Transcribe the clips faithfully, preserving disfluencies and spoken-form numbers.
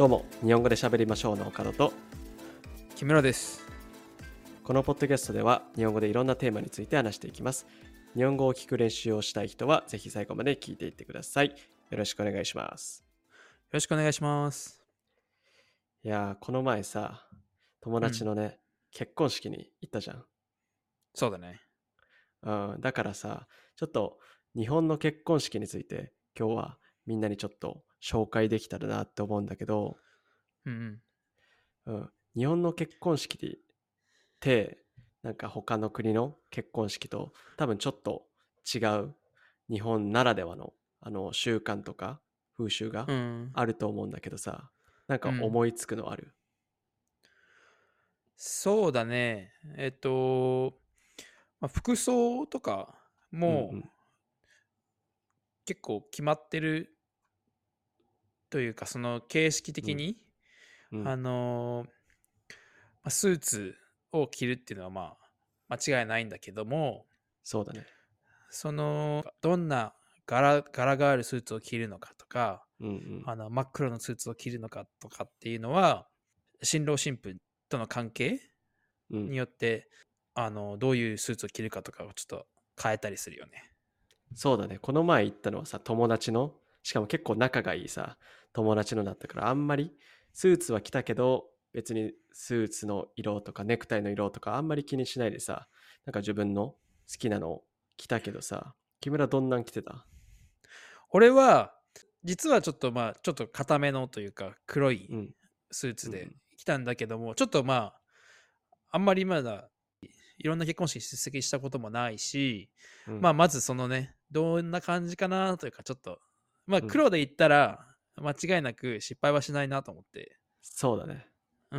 どうも、日本語で喋りましょうの岡田と、 木村です。 このポッドキャストでは日本語でいろんなテーマについて話していきます。日本語を聞く練習をしたい人はぜひ最後まで聞いていってください。よろしくお願いします。 よろしくお願いします。 いやー、この前さ、友達のね、結婚式に行ったじゃん。 そうだね。 うん、だからさ、ちょっと日本の結婚式について今日はみんなにちょっと紹介できたらなって思うんだけど、 うんうん。 うん、日本の結婚式ってなんか他の国の結婚式と多分ちょっと違う日本ならではのあの習慣とか風習がうん。 あると思うんだけどさ、なんかうん。 思いつくのある？ そうだね。えっと、まあ、服装とかもうんうん。 結構決まってるというか、その形式うん的に、あうん。 の、まあスーツを着るっていうのはまあ間違いないんだけども、 そうだね。 その、どんな柄、柄があるスーツを着るのかとか、 うんうん。 あの真っ黒のスーツを着るのかとかっていうのは、新郎新婦との関係うん。 によって、あの、どういうスーツを着るかとかをちょっと変えたりするよね。 そうだね。この前行ったのはさ、友達の、しかも結構仲がいいさ、友達のだったから、あんまりスーツは着たけど、別にスーツの色とかネクタイの色とかあんまり気にしないでさ、なんか自分の好きなのを着たけどさ、木村どんなん着てた？ 俺は、実はちょっとまあ、ちょっと固めのというか、黒いうん。 スーツでうん来たんだけども、ちょっとまあ、あんまりまだいろんな結婚式出席したこともないし、 うん。うん。 まあ、まずそのね、どんな感じかなというか、ちょっと、まあ、 うん。 黒で言ったら、間違いなく失敗はしないなと思って。 そうだね。 うん、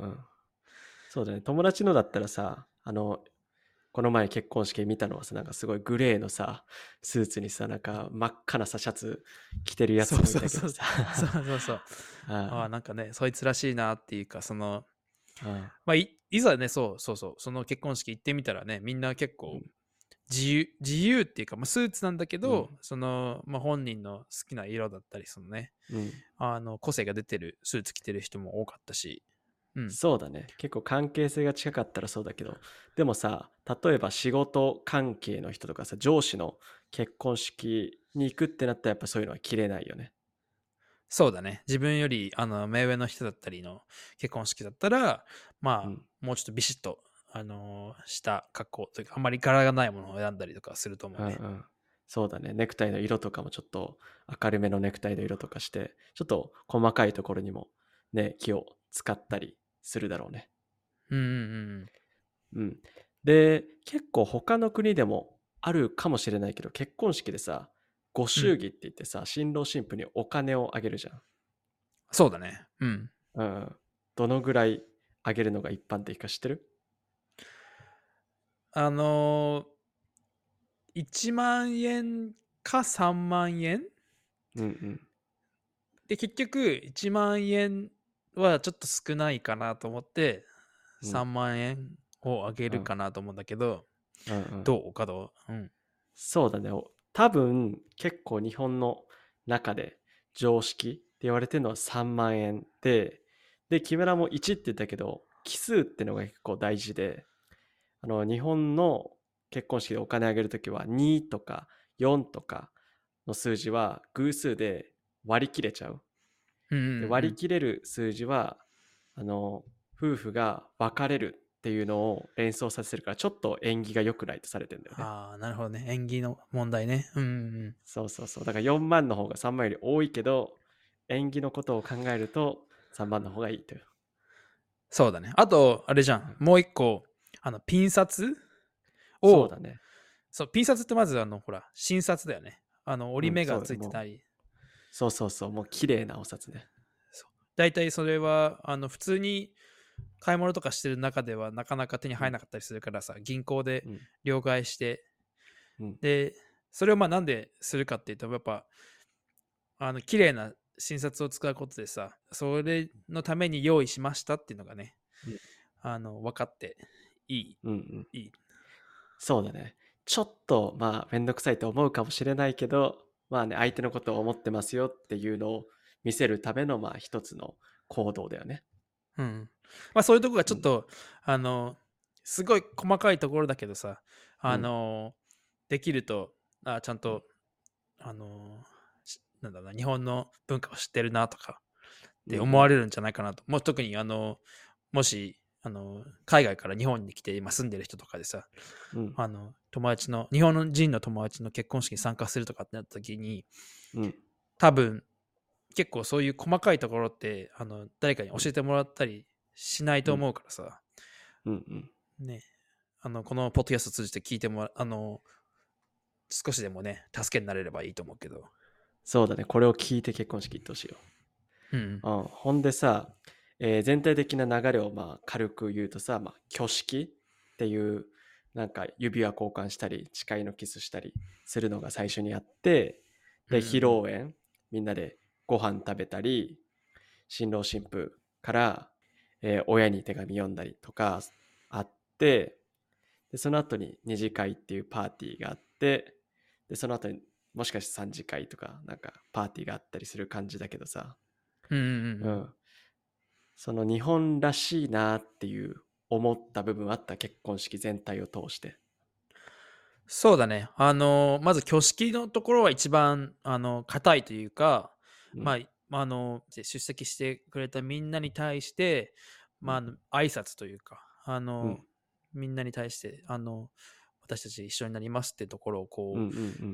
うんうん。そうだね。友達のだったらさ、あの、この前結婚式見たのはさ、なんかすごいグレーのさ、スーツにさ、なんか真っ赤なさ、シャツ着てるやそうつもいそうそう。 たけどさ。 そうそうそう。ああ、 あなんかね、そいつらしいなっていうか、その、 あ、 まあ、いいざね、そうそうそう、その結婚式行ってみたらね、みんな結構うん、 自由、自由っていうか、まあ、スーツなんだけうん、 ど、その、まあ、本人の好きな色だったり、そのね、 うん。 あの、個性が出てるスーツ着てる人も多かったし、うん。 そうだね。結構関係性が近かったらそうだけど、でもさ、例えば仕事関係の人とかさ、上司の結婚式に行くってなったらやっぱそういうのは着れないよね。 そうだね。自分より、あの、目上の人だったりの結婚式だったら、まあ、 うん、 もうちょっとビシッと、あのーした格好というか、あんまり柄がないものを選んだりとかすると思うね。 うんうん。そうだね。ネクタイの色とかもちょっと明るめのネクタイの色とかして、ちょっと細かいところにもね、気を使ったりするだろうね。 うんうんうんうん。で、結構他の国でもあるかもしれないけど、結婚式でさ、ごうん。うん。 祝儀って言ってさ、新郎新婦にお金をあげるじゃん。 そうだね。うん。 うん。どのぐらいあげるのが一般的か知ってる？ あのー、いちまん円かさんまん円うんうん。 で、結局、いちまん円はちょっと少ないかなと思って、 うんさんまん円をあげるうんかなと思うんだけど、 うんうん。 どう岡田？うん。 そうだね。お多分結構日本の中で常識って言われてるのはさんまん円で、で、木村もいちって言ったけど、奇数ってのが結構大事で、あの、日本の結婚式でお金あげるときはにとかよんとかの数字は偶数で割り切れちゃう。 うんうんで、 うん。 割り切れる数字は、あの、夫婦が別れるっていうのを連想させるから、ちょっと縁起が良くないとされてんだよね。 ああ、なるほどね。縁起の問題ね。うんうんうん。 そうそうそう。だからよんまんの方がさんまんより多いけど、縁起のことを考えるとさんまんの方がいいという。 そうだね。あと、あれじゃん。 うん。 もう一個、あの、ピン札を、 そうだね。 そう、ピン札ってまず、あの、ほら、新札だよね。あの、折うん、 り目がつそうだね。もう、 いてたり。 そうそうそう。もう綺麗なお札ね。 そう。大体それは、あの、普通に買い物とかしてる中ではなかなか手にうん、 入らなかったりするからさ、銀行でうん、 両替して、 うん。 で、それをまあなんでするかっていうと、やっぱ、あの、綺麗な新札を使うことでさ、それのために用意しましたっていうのがね、 うん、 あの、分かっていい、 うん、うん。 いい。 そうだね。ちょっと、まあ、めんどくさいと思うかもしれないけど、まあね、相手のことを思ってますよっていうのを見せるためのまあ一つの行動だよね。 うん。まあそういうとこがちょっと、うん、あの、すごい細かいところだけどさ、あの、うん、できると、あちゃんと、うん、あの、なんだろうな、日本の文化を知ってるなとかって思われるんじゃないかなと。うん、もう特に、あの、もし、あの、海外から日本に来て今住んでる人とかでさ、うん、あの、友達の、日本人の友達の結婚式に参加するとかってなった時に、うん、多分、結構そういう細かいところってあの誰かに教えてもらったりしないと思うからさ、 うんうん、 ね、あのこのポッドキャスト通じて聞いてもらあの少しでもね助けになれればいいと思うけど。 そうだね、これを聞いて結婚式行ってほしいよ。うん、うん、ほんでさ、えー、全体的な流れをまあ軽く言うとさ、まあ、挙式っていうなんか指輪交換したり誓いのキスしたりするのが最初にあって、で披露宴、うん、みんなでご飯食べたり、新郎新婦から、えー、親に手紙読んだりとかあって、でその後に二次会っていうパーティーがあって、でその後にもしかして三次会とかなんかパーティーがあったりする感じだけどさ、 うんうんうんうん、 その日本らしいなっていう思った部分あった、結婚式全体を通して。 そうだね、あのまず挙式のところは一番あの硬いというか、うん、まああの出席してくれたみんなに対して、まあ、あの挨拶というか、あの、うん、みんなに対してあの私たち一緒になりますってところをこう、うんうんうん、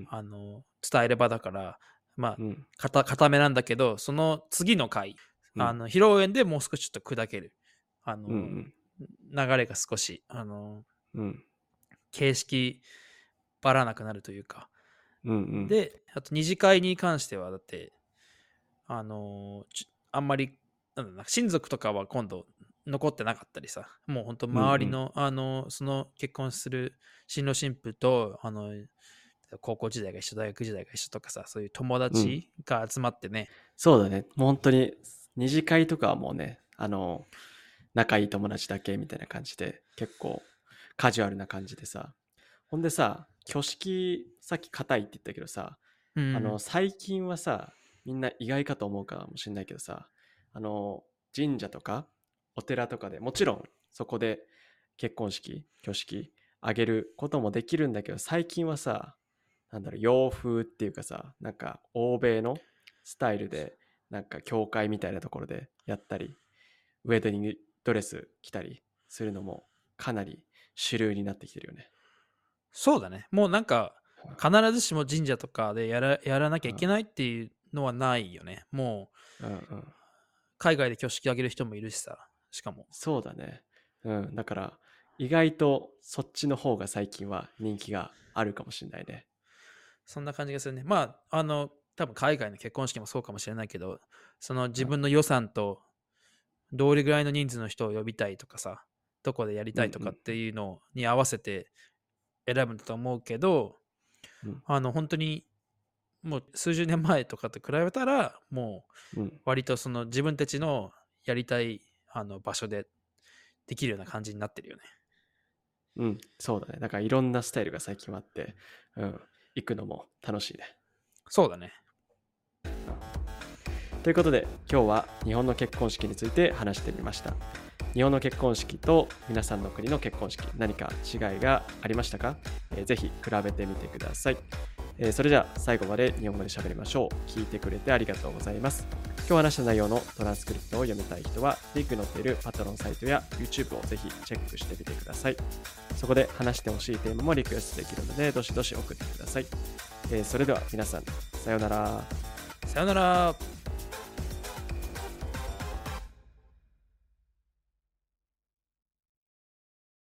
あの伝えればだから、まあ、うん、固めなんだけど、その次の回、うん、あの披露宴でもう少しちょっと砕ける、あの、うんうん、流れが少しあの、うん、形式ばらなくなるというか、うんうん、であと二次会に関してはだってあのー、あんまりなんだな、親族とかは今度残ってなかったりさ、もう本当周りの、うんうん、あのその結婚する新郎新婦とあの高校時代が一緒、大学時代が一緒とかさ、そういう友達が集まってね、うん、 そうだね、もう本当に二次会とかはもうね、あの仲いい友達だけみたいな感じで結構カジュアルな感じでさ、ほんでさ、挙式さっき硬いって言ったけどさ、うん、あの最近はさ、みんな意外かと思うかもしれないけどさ、あの神社とかお寺とかでもちろんそこで結婚式、挙式あげることもできるんだけど、最近はさ、なんだろう、洋風っていうかさ、なんか欧米のスタイルでなんか教会みたいなところでやったり、ウェディングドレス着たりするのもかなり主流になってきてるよね。 そうだね。もうなんか必ずしも神社とかでやら、やらなきゃいけないっていうのはないよね。もう、うんうん、海外で挙式あげる人もいるしさ、しかも。 そうだね。うん。だから意外とそっちの方が最近は人気があるかもしれないね。 そんな感じがするね。まあ、あの、多分海外の結婚式もそうかもしれないけど、その自分の予算とどれぐらいの人数の人を呼びたいとかさ、どこでやりたいとかっていうのに合わせて選ぶんだと思うけど、うん、あの本当にもう数十年前とかと比べたらもう割とその自分たちのやりたいあの場所でできるような感じになってるよね。 うん、そうだね。だからいろんなスタイルが最近あって、うん、行くのも楽しいね。 そうだね。 ということで今日は日本の結婚式について話してみました。日本の結婚式と皆さんの国の結婚式、何か違いがありましたか？えー、ぜひ比べてみてください。えー、それじゃあ最後まで日本語で喋りましょう。聞いてくれてありがとうございます。今日話した内容のトランスクリプトを読みたい人はリンク載っているパトロンサイトや YouTube をぜひチェックしてみてください。そこで話してほしいテーマもリクエストできるのでどしどし送ってください。えー、それでは皆さん、さようなら。 さようなら。